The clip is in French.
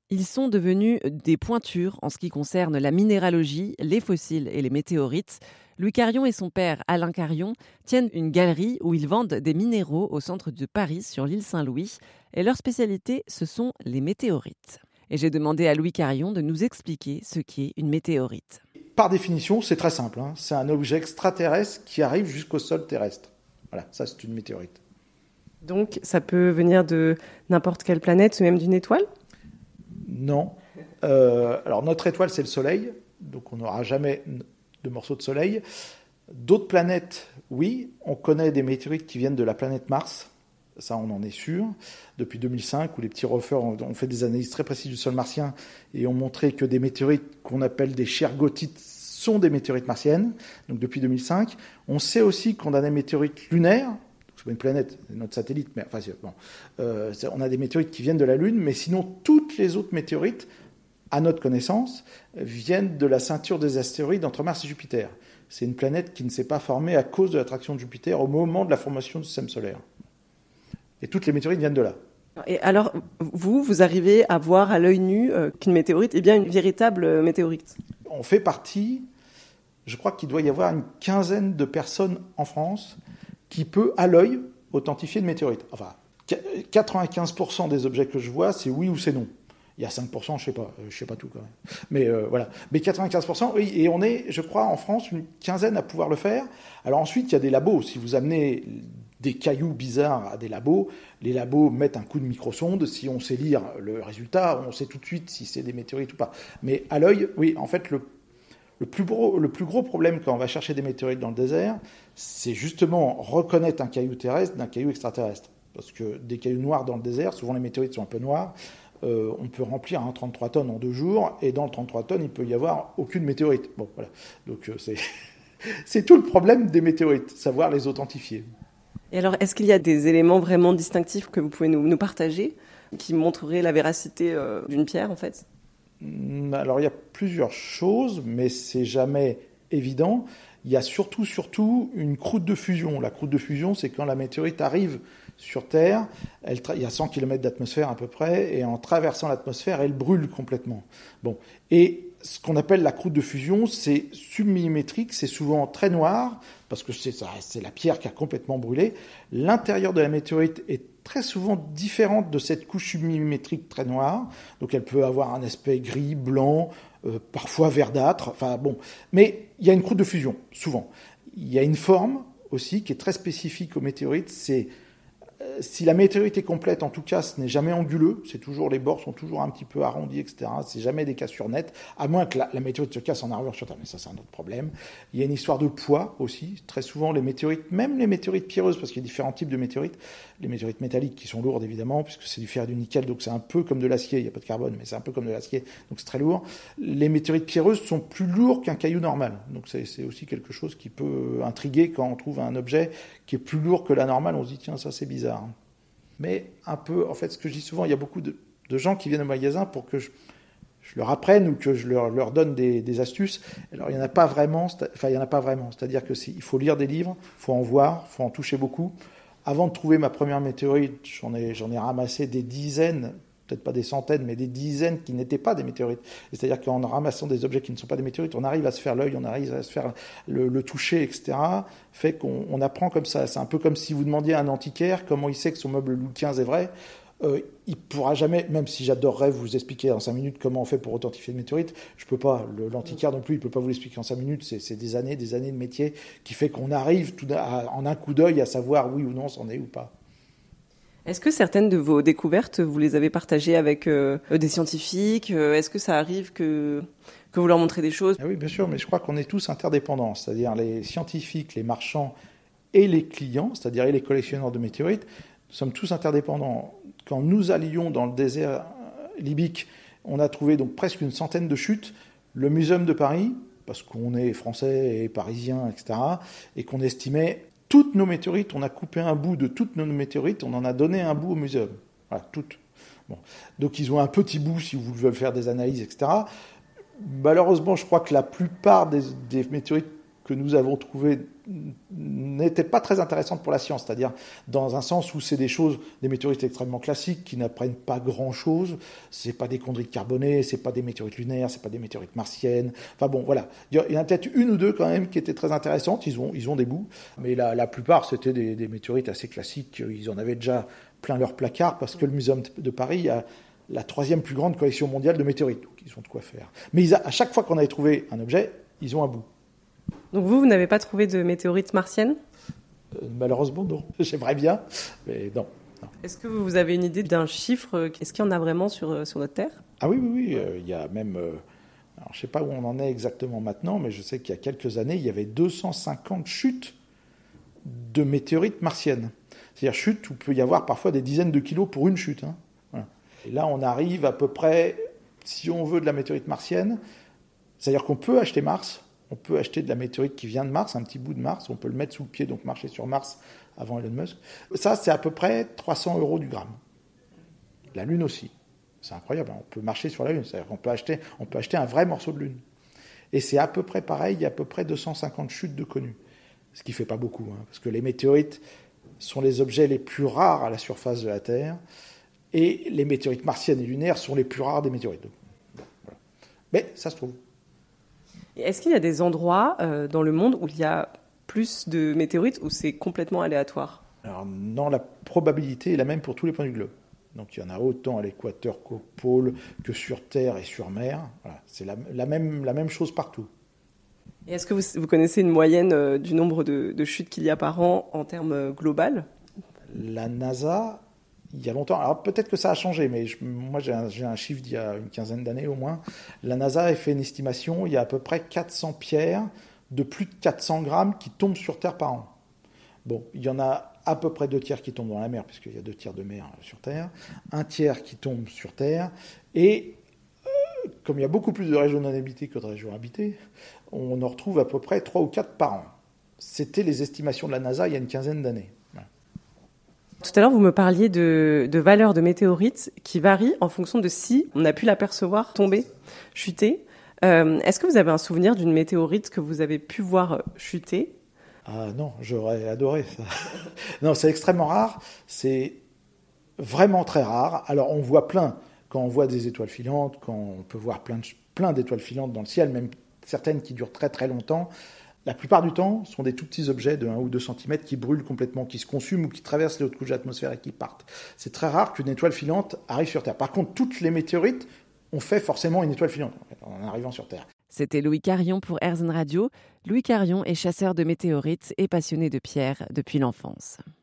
Ils sont devenus des pointures en ce qui concerne la minéralogie, les fossiles et les météorites. Louis Carion et son père, Alain Carion, tiennent une galerie où ils vendent des minéraux au centre de Paris, sur l'île Saint-Louis. Et leur spécialité, ce sont les météorites. Et j'ai demandé à Louis Carion de nous expliquer ce qu'est une météorite. Par définition, c'est très simple. C'est un objet extraterrestre qui arrive jusqu'au sol terrestre. Voilà, ça c'est une météorite. Donc ça peut venir de n'importe quelle planète ou même d'une étoile ? Non. Alors notre étoile, c'est le Soleil, donc on n'aura jamais de morceaux de Soleil. D'autres planètes, oui. On connaît des météorites qui viennent de la planète Mars. Ça, on en est sûr. Depuis 2005, où les petits rovers ont fait des analyses très précises du sol martien et ont montré que des météorites qu'on appelle des shergottites sont des météorites martiennes. Donc depuis 2005. On sait aussi qu'on a des météorites lunaires. C'est pas une planète, c'est notre satellite, mais enfin, bon. On a des météorites qui viennent de la Lune, mais sinon, toutes les autres météorites, à notre connaissance, viennent de la ceinture des astéroïdes entre Mars et Jupiter. C'est une planète qui ne s'est pas formée à cause de l'attraction de Jupiter au moment de la formation du système solaire. Et toutes les météorites viennent de là. Et alors, vous arrivez à voir à l'œil nu qu'une météorite est bien une véritable météorite ? On fait partie, je crois qu'il doit y avoir une quinzaine de personnes en France qui peut, à l'œil, authentifier une météorite. Enfin, 95% des objets que je vois, c'est oui ou c'est non. Il y a 5%, je sais pas tout quand même. Mais voilà. Mais 95%, oui, et on est, je crois, en France, une quinzaine à pouvoir le faire. Alors ensuite, il y a des labos. Si vous amenez des cailloux bizarres à des labos, les labos mettent un coup de microsonde. Si on sait lire le résultat, on sait tout de suite si c'est des météorites ou pas. Mais à l'œil, oui, en fait, le plus gros problème quand on va chercher des météorites dans le désert, c'est justement reconnaître un caillou terrestre d'un caillou extraterrestre. Parce que des cailloux noirs dans le désert, souvent les météorites sont un peu noires, on peut remplir un 33 tonnes en 2 jours, et dans le 33 tonnes, il peut y avoir aucune météorite. Bon, voilà. Donc c'est tout le problème des météorites, savoir les authentifier. Et alors, est-ce qu'il y a des éléments vraiment distinctifs que vous pouvez nous partager, qui montreraient la véracité d'une pierre, en fait ? Alors, il y a plusieurs choses, mais c'est jamais évident. Il y a surtout une croûte de fusion. La croûte de fusion, c'est quand la météorite arrive sur Terre, il y a 100 km d'atmosphère à peu près, et en traversant l'atmosphère, elle brûle complètement. Bon. Et ce qu'on appelle la croûte de fusion, c'est submillimétrique, c'est souvent très noir, parce que c'est la pierre qui a complètement brûlé. L'intérieur de la météorite est très souvent différente de cette couche submillimétrique très noire, donc elle peut avoir un aspect gris, blanc, parfois verdâtre, enfin bon. Mais il y a une croûte de fusion, souvent. Il y a une forme aussi qui est très spécifique aux météorites, c'est si la météorite est complète, en tout cas, ce n'est jamais anguleux. C'est toujours, les bords sont toujours un petit peu arrondis, etc. C'est jamais des cassures nettes, à moins que la météorite se casse en arrivant sur Terre. Mais ça, c'est un autre problème. Il y a une histoire de poids aussi. Très souvent, les météorites, même les météorites pierreuses, parce qu'il y a différents types de météorites. Les météorites métalliques qui sont lourdes, évidemment, puisque c'est du fer et du nickel, donc c'est un peu comme de l'acier. Il n'y a pas de carbone, mais c'est un peu comme de l'acier, donc c'est très lourd. Les météorites pierreuses sont plus lourds qu'un caillou normal. Donc c'est aussi quelque chose qui peut intriguer quand on trouve un objet qui est plus lourd que la normale. On se dit, tiens, ça, c'est bizarre. Mais un peu, en fait, ce que je dis souvent, il y a beaucoup de gens qui viennent au magasin pour que je leur apprenne ou que je leur donne des astuces. Alors, il n'y en a pas vraiment. C'est-à-dire qu'il faut lire des livres, il faut en voir, il faut en toucher beaucoup. Avant de trouver ma première météorite, j'en ai ramassé des dizaines, peut-être pas des centaines, mais des dizaines qui n'étaient pas des météorites. C'est-à-dire qu'en ramassant des objets qui ne sont pas des météorites, on arrive à se faire l'œil, on arrive à se faire le toucher, etc. Fait qu'on apprend comme ça. C'est un peu comme si vous demandiez à un antiquaire comment il sait que son meuble Louis XV est vrai. Il pourra jamais, même si j'adorerais vous expliquer en 5 minutes comment on fait pour authentifier une météorite, je peux pas. L'antiquaire non plus, il peut pas vous l'expliquer en 5 minutes. C'est des années de métier qui fait qu'on arrive en un coup d'œil à savoir oui ou non c'en est ou pas. Est-ce que certaines de vos découvertes, vous les avez partagées avec des scientifiques ? Est-ce que ça arrive que vous leur montrez des choses ? Ah oui, bien sûr, mais je crois qu'on est tous interdépendants, c'est-à-dire les scientifiques, les marchands et les clients, c'est-à-dire et les collectionneurs de météorites, nous sommes tous interdépendants. Quand nous allions dans le désert libyque, on a trouvé donc presque une centaine de chutes. Le Muséum de Paris, parce qu'on est français et parisien, etc., et qu'on estimait toutes nos météorites, on a coupé un bout de toutes nos météorites, on en a donné un bout au muséum. Voilà, toutes. Bon. Donc ils ont un petit bout si vous voulez faire des analyses, etc. Malheureusement, je crois que la plupart des météorites que nous avons trouvées n'étaient pas très intéressantes pour la science, c'est-à-dire dans un sens où c'est des météorites extrêmement classiques qui n'apprennent pas grand-chose. C'est pas des chondrites carbonées, c'est pas des météorites lunaires, c'est pas des météorites martiennes. Enfin bon, voilà. Il y en a peut-être une ou deux quand même qui étaient très intéressantes. Ils ont des bouts, mais la plupart c'était des météorites assez classiques. Ils en avaient déjà plein leur placard parce que le Muséum de Paris a la 3e plus grande collection mondiale de météorites. Donc ils ont de quoi faire. Mais à chaque fois qu'on avait trouvé un objet, ils ont un bout. Donc vous n'avez pas trouvé de météorites martiennes ? Malheureusement, non. J'aimerais bien, mais non. Est-ce que vous avez une idée d'un chiffre ? Est-ce qu'il y en a vraiment sur notre Terre ? Ah oui. Il y a même... alors, je ne sais pas où on en est exactement maintenant, mais je sais qu'il y a quelques années, il y avait 250 chutes de météorites martiennes. C'est-à-dire chutes où il peut y avoir parfois des dizaines de kilos pour une chute. Voilà. Et là, on arrive à peu près, si on veut de la météorite martienne, c'est-à-dire qu'on peut acheter Mars. On peut acheter de la météorite qui vient de Mars, un petit bout de Mars, on peut le mettre sous le pied, donc marcher sur Mars avant Elon Musk. Ça, c'est à peu près 300 € du gramme. La Lune aussi. C'est incroyable, on peut marcher sur la Lune, c'est-à-dire qu'on peut acheter un vrai morceau de Lune. Et c'est à peu près pareil, il y a à peu près 250 chutes de connues. Ce qui ne fait pas beaucoup, parce que les météorites sont les objets les plus rares à la surface de la Terre, et les météorites martiennes et lunaires sont les plus rares des météorites. Donc, voilà. Mais ça se trouve. Est-ce qu'il y a des endroits dans le monde où il y a plus de météorites ou c'est complètement aléatoire ? Alors non, la probabilité est la même pour tous les points du globe. Donc il y en a autant à l'équateur qu'au pôle, que sur Terre et sur mer. Voilà, c'est la même chose partout. Et est-ce que vous connaissez une moyenne du nombre de chutes qu'il y a par an en termes global ? La NASA, il y a longtemps, alors peut-être que ça a changé, mais moi j'ai un chiffre d'il y a une quinzaine d'années au moins. La NASA a fait une estimation, il y a à peu près 400 pierres de plus de 400 grammes qui tombent sur Terre par an. Bon, il y en a à peu près 2 tiers qui tombent dans la mer, puisqu'il y a 2 tiers de mer sur Terre, 1 tiers qui tombe sur Terre, et comme il y a beaucoup plus de régions non habitées que de régions habitées, on en retrouve à peu près 3 ou 4 par an. C'était les estimations de la NASA il y a une quinzaine d'années. Tout à l'heure, vous me parliez de valeurs de météorites qui varient en fonction de si on a pu l'apercevoir tomber, chuter. Est-ce que vous avez un souvenir d'une météorite que vous avez pu voir chuter ? Ah non, j'aurais adoré ça. Non, c'est extrêmement rare. C'est vraiment très rare. Alors, on voit plein. Quand on voit des étoiles filantes, quand on peut voir plein d'étoiles filantes dans le ciel, même certaines qui durent très très longtemps, la plupart du temps, ce sont des tout petits objets de 1 ou 2 cm qui brûlent complètement, qui se consument ou qui traversent les hautes couches de l'atmosphère et qui partent. C'est très rare qu'une étoile filante arrive sur Terre. Par contre, toutes les météorites ont fait forcément une étoile filante en arrivant sur Terre. C'était Louis Carion pour RZN Radio. Louis Carion est chasseur de météorites et passionné de pierres depuis l'enfance.